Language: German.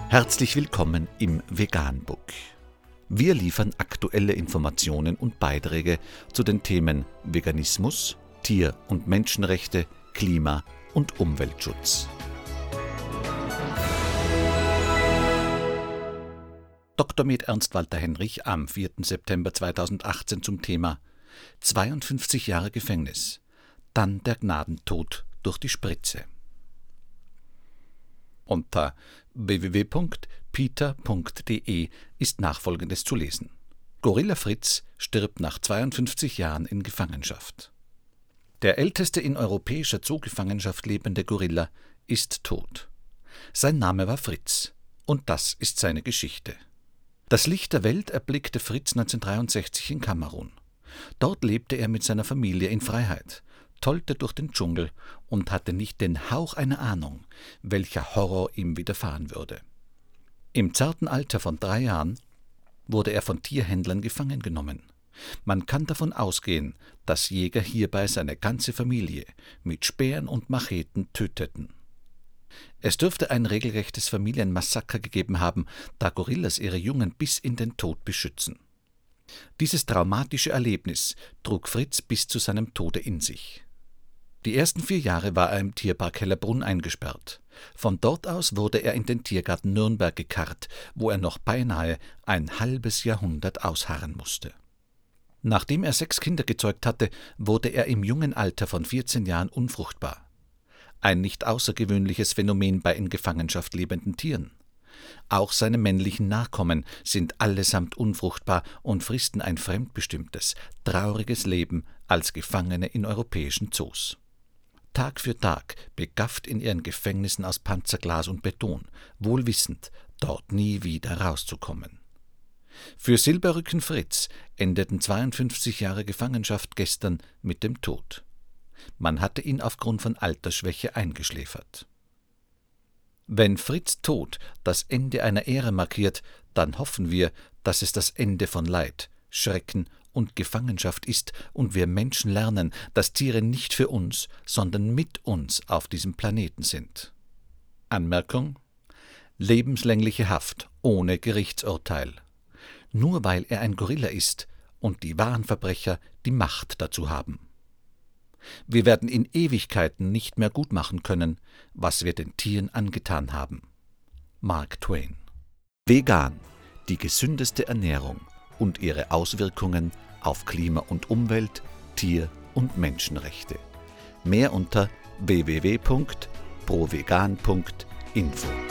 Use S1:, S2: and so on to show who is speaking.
S1: Herzlich willkommen im Veganbook. Wir liefern aktuelle Informationen und Beiträge zu den Themen Veganismus, Tier- und Menschenrechte, Klima- und Umweltschutz. Dr. med. Ernst Walter Henrich am 4. September 2018 zum Thema 52 Jahre Gefängnis, dann der Gnadentod durch die Spritze. Unter www.pita.de ist Nachfolgendes zu lesen. Gorilla Fritz stirbt nach 52 Jahren in Gefangenschaft. Der älteste in europäischer Zoogefangenschaft lebende Gorilla ist tot. Sein Name war Fritz, und das ist seine Geschichte. Das Licht der Welt erblickte Fritz 1963 in Kamerun. Dort lebte er mit seiner Familie in Freiheit, tollte durch den Dschungel und hatte nicht den Hauch einer Ahnung, welcher Horror ihm widerfahren würde. Im zarten Alter von 3 Jahren wurde er von Tierhändlern gefangen genommen. Man kann davon ausgehen, dass Jäger hierbei seine ganze Familie mit Speeren und Macheten töteten. Es dürfte ein regelrechtes Familienmassaker gegeben haben, da Gorillas ihre Jungen bis in den Tod beschützen. Dieses traumatische Erlebnis trug Fritz bis zu seinem Tode in sich. Die ersten 4 Jahre war er im Tierpark Hellerbrunn eingesperrt. Von dort aus wurde er in den Tiergarten Nürnberg gekarrt, wo er noch beinahe ein halbes Jahrhundert ausharren musste. Nachdem er 6 Kinder gezeugt hatte, wurde er im jungen Alter von 14 Jahren unfruchtbar. Ein nicht außergewöhnliches Phänomen bei in Gefangenschaft lebenden Tieren. Auch seine männlichen Nachkommen sind allesamt unfruchtbar und fristen ein fremdbestimmtes, trauriges Leben als Gefangene in europäischen Zoos. Tag für Tag begafft in ihren Gefängnissen aus Panzerglas und Beton, wohl wissend, dort nie wieder rauszukommen. Für Silberrücken Fritz endeten 52 Jahre Gefangenschaft gestern mit dem Tod. Man hatte ihn aufgrund von Altersschwäche eingeschläfert. Wenn Fritz' Tod das Ende einer Ära markiert, dann hoffen wir, dass es das Ende von Leid, Schrecken und Gefangenschaft ist und wir Menschen lernen, dass Tiere nicht für uns, sondern mit uns auf diesem Planeten sind. Anmerkung: lebenslängliche Haft ohne Gerichtsurteil. Nur weil er ein Gorilla ist und die wahren Verbrecher die Macht dazu haben. Wir werden in Ewigkeiten nicht mehr gutmachen können, was wir den Tieren angetan haben. Mark Twain. Vegan, die gesündeste Ernährung und ihre Auswirkungen auf Klima und Umwelt, Tier- und Menschenrechte. Mehr unter www.provegan.info.